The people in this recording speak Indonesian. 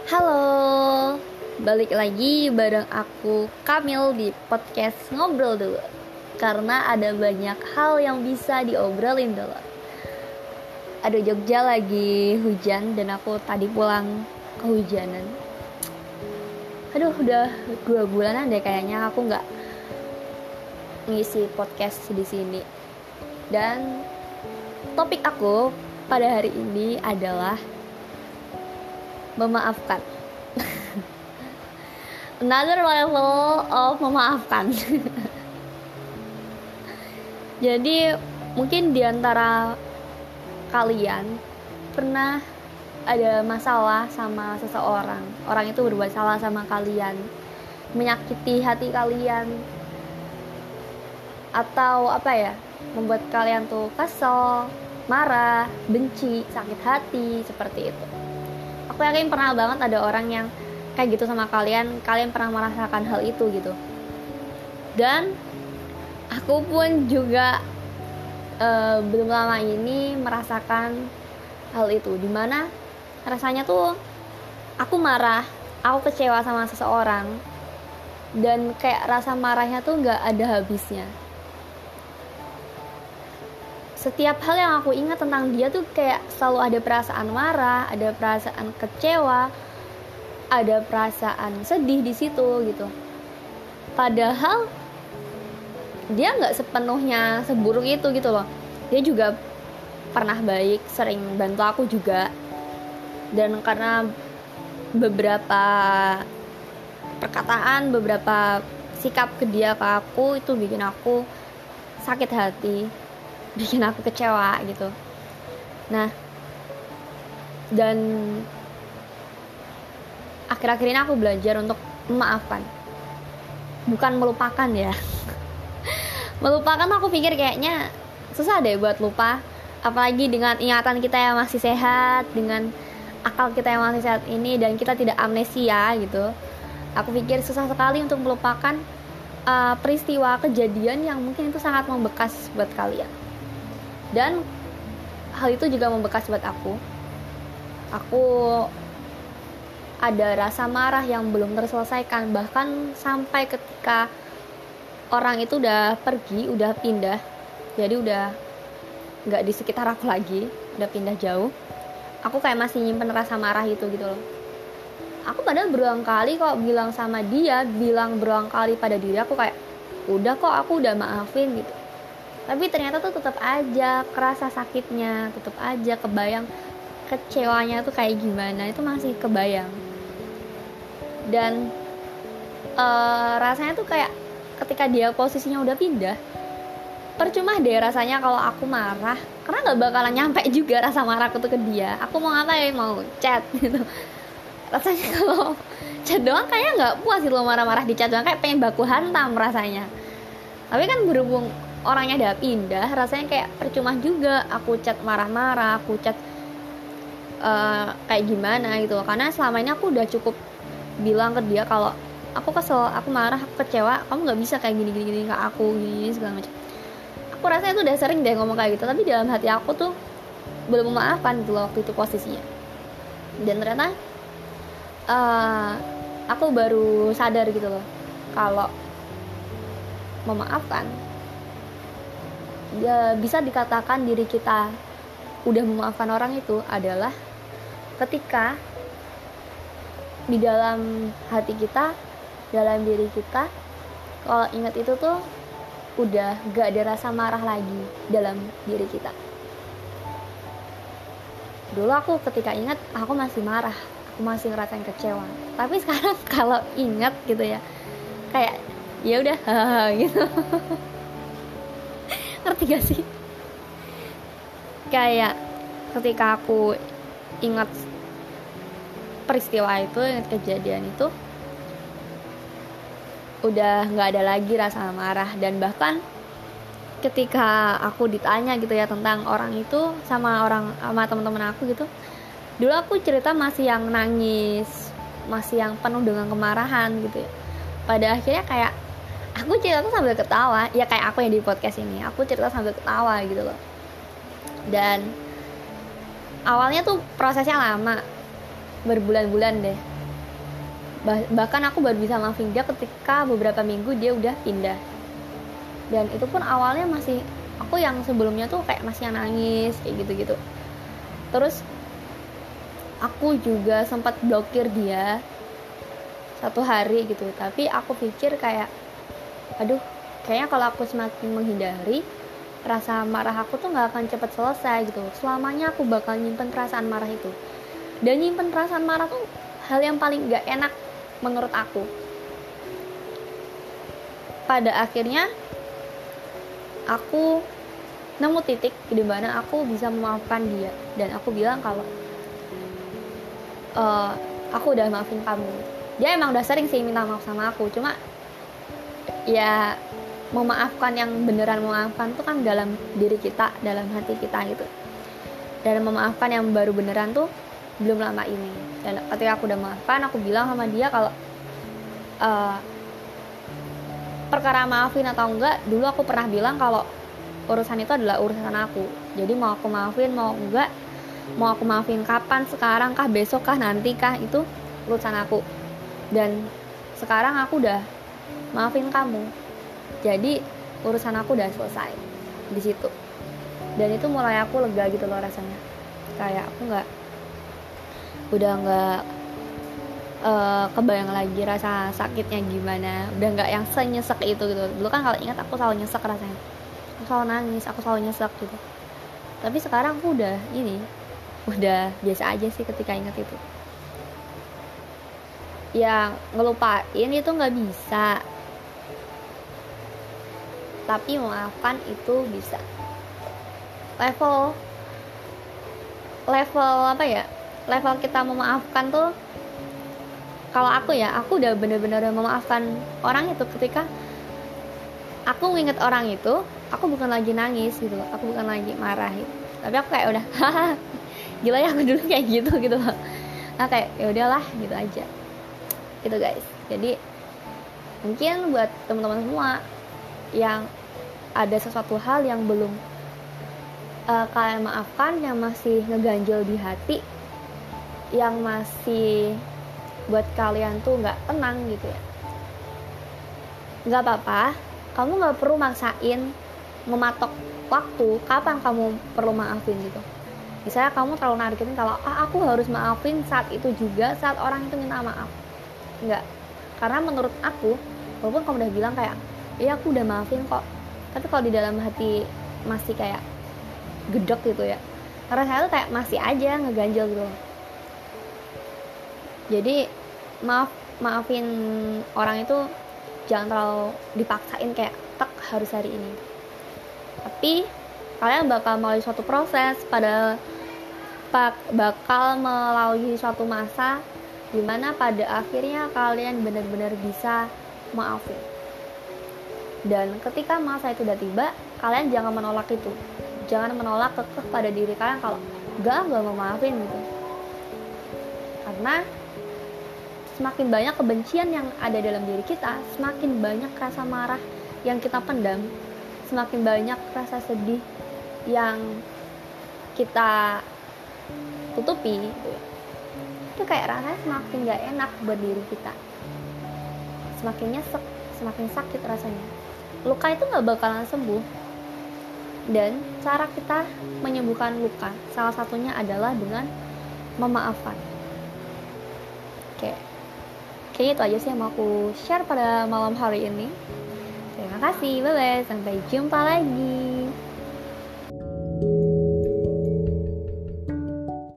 Halo, balik lagi bareng aku Kamil di podcast Ngobrol Dulu. Karena ada banyak hal yang bisa diobrolin dulu. Ada Jogja lagi hujan dan aku tadi pulang kehujanan. Aduh, udah 2 bulanan deh kayaknya aku nggak ngisi podcast di sini. Dan topik aku pada hari ini adalah memaafkan. Another level of memaafkan. Jadi mungkin diantara kalian pernah ada masalah sama seseorang. Orang itu berbuat salah sama kalian, menyakiti hati kalian, atau membuat kalian tuh kesel, marah, benci, sakit hati, seperti itu. Aku yakin pernah banget ada orang yang kayak gitu sama kalian pernah merasakan hal itu gitu. Dan aku pun juga belum lama ini merasakan hal itu, dimana rasanya tuh aku marah, aku kecewa sama seseorang, dan kayak rasa marahnya tuh gak ada habisnya. Setiap hal yang aku ingat tentang dia tuh kayak selalu ada perasaan marah, ada perasaan kecewa, ada perasaan sedih di situ gitu. Padahal dia nggak sepenuhnya seburuk itu gitu loh. Dia juga pernah baik, sering bantu aku juga. Dan karena beberapa perkataan, beberapa sikap ke dia ke aku itu bikin aku sakit hati, bikin aku kecewa gitu. Nah, dan akhir-akhir ini aku belajar untuk memaafkan, bukan melupakan ya. Melupakan aku pikir kayaknya susah deh buat lupa, apalagi dengan ingatan kita yang masih sehat, dengan akal kita yang masih sehat ini, dan kita tidak amnesia gitu. Aku pikir susah sekali untuk melupakan peristiwa kejadian yang mungkin itu sangat membekas buat kalian. Dan hal itu juga membekas buat aku. Aku ada rasa marah yang belum terselesaikan, bahkan sampai ketika orang itu udah pergi, udah pindah, jadi udah gak di sekitar aku lagi, udah pindah jauh, aku kayak masih nyimpen rasa marah itu gitu loh. Aku padahal berulang kali kok bilang sama dia, berulang kali pada diri aku kayak udah kok, aku udah maafin gitu. Tapi ternyata tuh tetap aja kerasa sakitnya, tetap aja kebayang kecewanya tuh kayak gimana, itu masih kebayang. Dan rasanya tuh kayak ketika dia posisinya udah pindah, percuma deh rasanya kalau aku marah, karena gak bakalan nyampe juga rasa marahku tuh ke dia. Aku mau ngapain, mau chat gitu. Rasanya kalau chat doang kayaknya gak puas gitu, marah-marah di chat doang, kayak pengen baku hantam rasanya. Tapi kan berhubung orangnya udah pindah, rasanya kayak percuma juga aku chat marah-marah, aku chat kayak gimana gitu. Karena selama ini aku udah cukup bilang ke dia kalau aku kesel, aku marah, aku kecewa, kamu nggak bisa kayak gini ke aku, gini segala macam. Aku rasanya tuh udah sering deh ngomong kayak gitu, tapi dalam hati aku tuh belum memaafkan gitu loh waktu itu posisinya. Dan ternyata aku baru sadar gitu loh, kalau memaafkan ya bisa dikatakan diri kita udah memaafkan orang itu adalah ketika di dalam hati kita, dalam diri kita, kalau ingat itu tuh udah gak ada rasa marah lagi dalam diri kita. Dulu aku ketika ingat aku masih marah, aku masih ngerasain kecewa. Tapi sekarang kalau ingat gitu ya, kayak ya udah gitu. Ngerti gak sih? Kayak ketika aku ingat peristiwa itu, ingat kejadian itu, udah nggak ada lagi rasa marah. Dan bahkan ketika aku ditanya gitu ya tentang orang itu sama teman-teman aku gitu, dulu aku cerita masih yang nangis, masih yang penuh dengan kemarahan gitu ya. Pada akhirnya kayak aku cerita tuh sambil ketawa, ya kayak aku yang di podcast ini, aku cerita sambil ketawa gitu loh. Dan awalnya tuh prosesnya lama, berbulan-bulan deh. bahkan aku baru bisa maafin dia ketika beberapa minggu dia udah pindah. Dan itu pun awalnya masih aku yang sebelumnya tuh kayak masih nangis kayak gitu-gitu. Terus aku juga sempat blokir dia 1 hari gitu, tapi aku pikir kayak aduh, kayaknya kalau aku semakin menghindari, rasa marah aku tuh gak akan cepet selesai gitu. Selamanya aku bakal nyimpen perasaan marah itu. Dan nyimpen perasaan marah tuh hal yang paling gak enak menurut aku. Pada akhirnya aku nemu titik di mana aku bisa memaafkan dia, dan aku bilang kalau aku udah maafin kamu. Dia emang udah sering sih minta maaf sama aku, cuma ya memaafkan yang beneran memaafkan tuh kan dalam diri kita, dalam hati kita gitu. Dan memaafkan yang baru beneran tuh belum lama ini. Dan ketika aku udah maafkan, aku bilang sama dia kalau perkara maafin atau enggak, dulu aku pernah bilang kalau urusan itu adalah urusan aku. Jadi mau aku maafin mau enggak, mau aku maafin kapan, sekarang kah, besok kah, nanti kah, itu urusan aku. Dan sekarang aku udah maafin kamu, jadi urusan aku udah selesai di situ. Dan itu mulai aku lega gitu loh rasanya, kayak aku udah nggak kebayang lagi rasa sakitnya gimana, udah nggak yang senyesek itu gitu. Dulu kan kalau ingat aku selalu nyesek rasanya, aku selalu nangis, aku selalu nyesek gitu. Tapi sekarang aku udah biasa aja sih ketika ingat itu. Ya ngelupain itu nggak bisa, tapi memaafkan itu bisa. Level apa ya, level kita memaafkan tuh, kalau aku udah bener-bener memaafkan orang itu ketika aku nginget orang itu, aku bukan lagi nangis gitu, aku bukan lagi marah gitu, tapi aku kayak udah haha gila ya aku dulu kayak gitu loh. Nah kayak ya udahlah gitu aja gitu guys. Jadi mungkin buat teman-teman semua yang ada sesuatu hal yang belum kalian maafkan, yang masih ngeganjel di hati, yang masih buat kalian tuh nggak tenang gitu ya, nggak apa-apa, kamu nggak perlu maksain mematok waktu kapan kamu perlu maafin gitu. Misalnya kamu terlalu nargetin kalau aku harus maafin saat itu juga, saat orang itu minta maaf. Enggak, karena menurut aku, walaupun kamu udah bilang kayak iya aku udah maafin kok, tapi kalau di dalam hati masih kayak gedek gitu ya, rasanya tuh kayak masih aja ngeganjel gitu. Jadi maafin orang itu jangan terlalu dipaksain kayak tek harus hari ini. Tapi kalian bakal melalui suatu proses, bakal melalui suatu masa dimana pada akhirnya kalian benar-benar bisa maafin. Dan ketika masa itu udah tiba, kalian jangan menolak itu, jangan menolak kekeh pada diri kalian kalau gak mau maafin gitu. Karena semakin banyak kebencian yang ada dalam diri kita, semakin banyak rasa marah yang kita pendam, semakin banyak rasa sedih yang kita tutupi gitu ya. Itu kayak rasanya semakin gak enak buat diri kita, semakin nyesek, semakin sakit rasanya. Luka itu gak bakalan sembuh. Dan cara kita menyembuhkan luka salah satunya adalah dengan memaafkan. Kayaknya itu aja sih yang mau aku share pada malam hari ini. Terima kasih, bye bye, sampai jumpa lagi.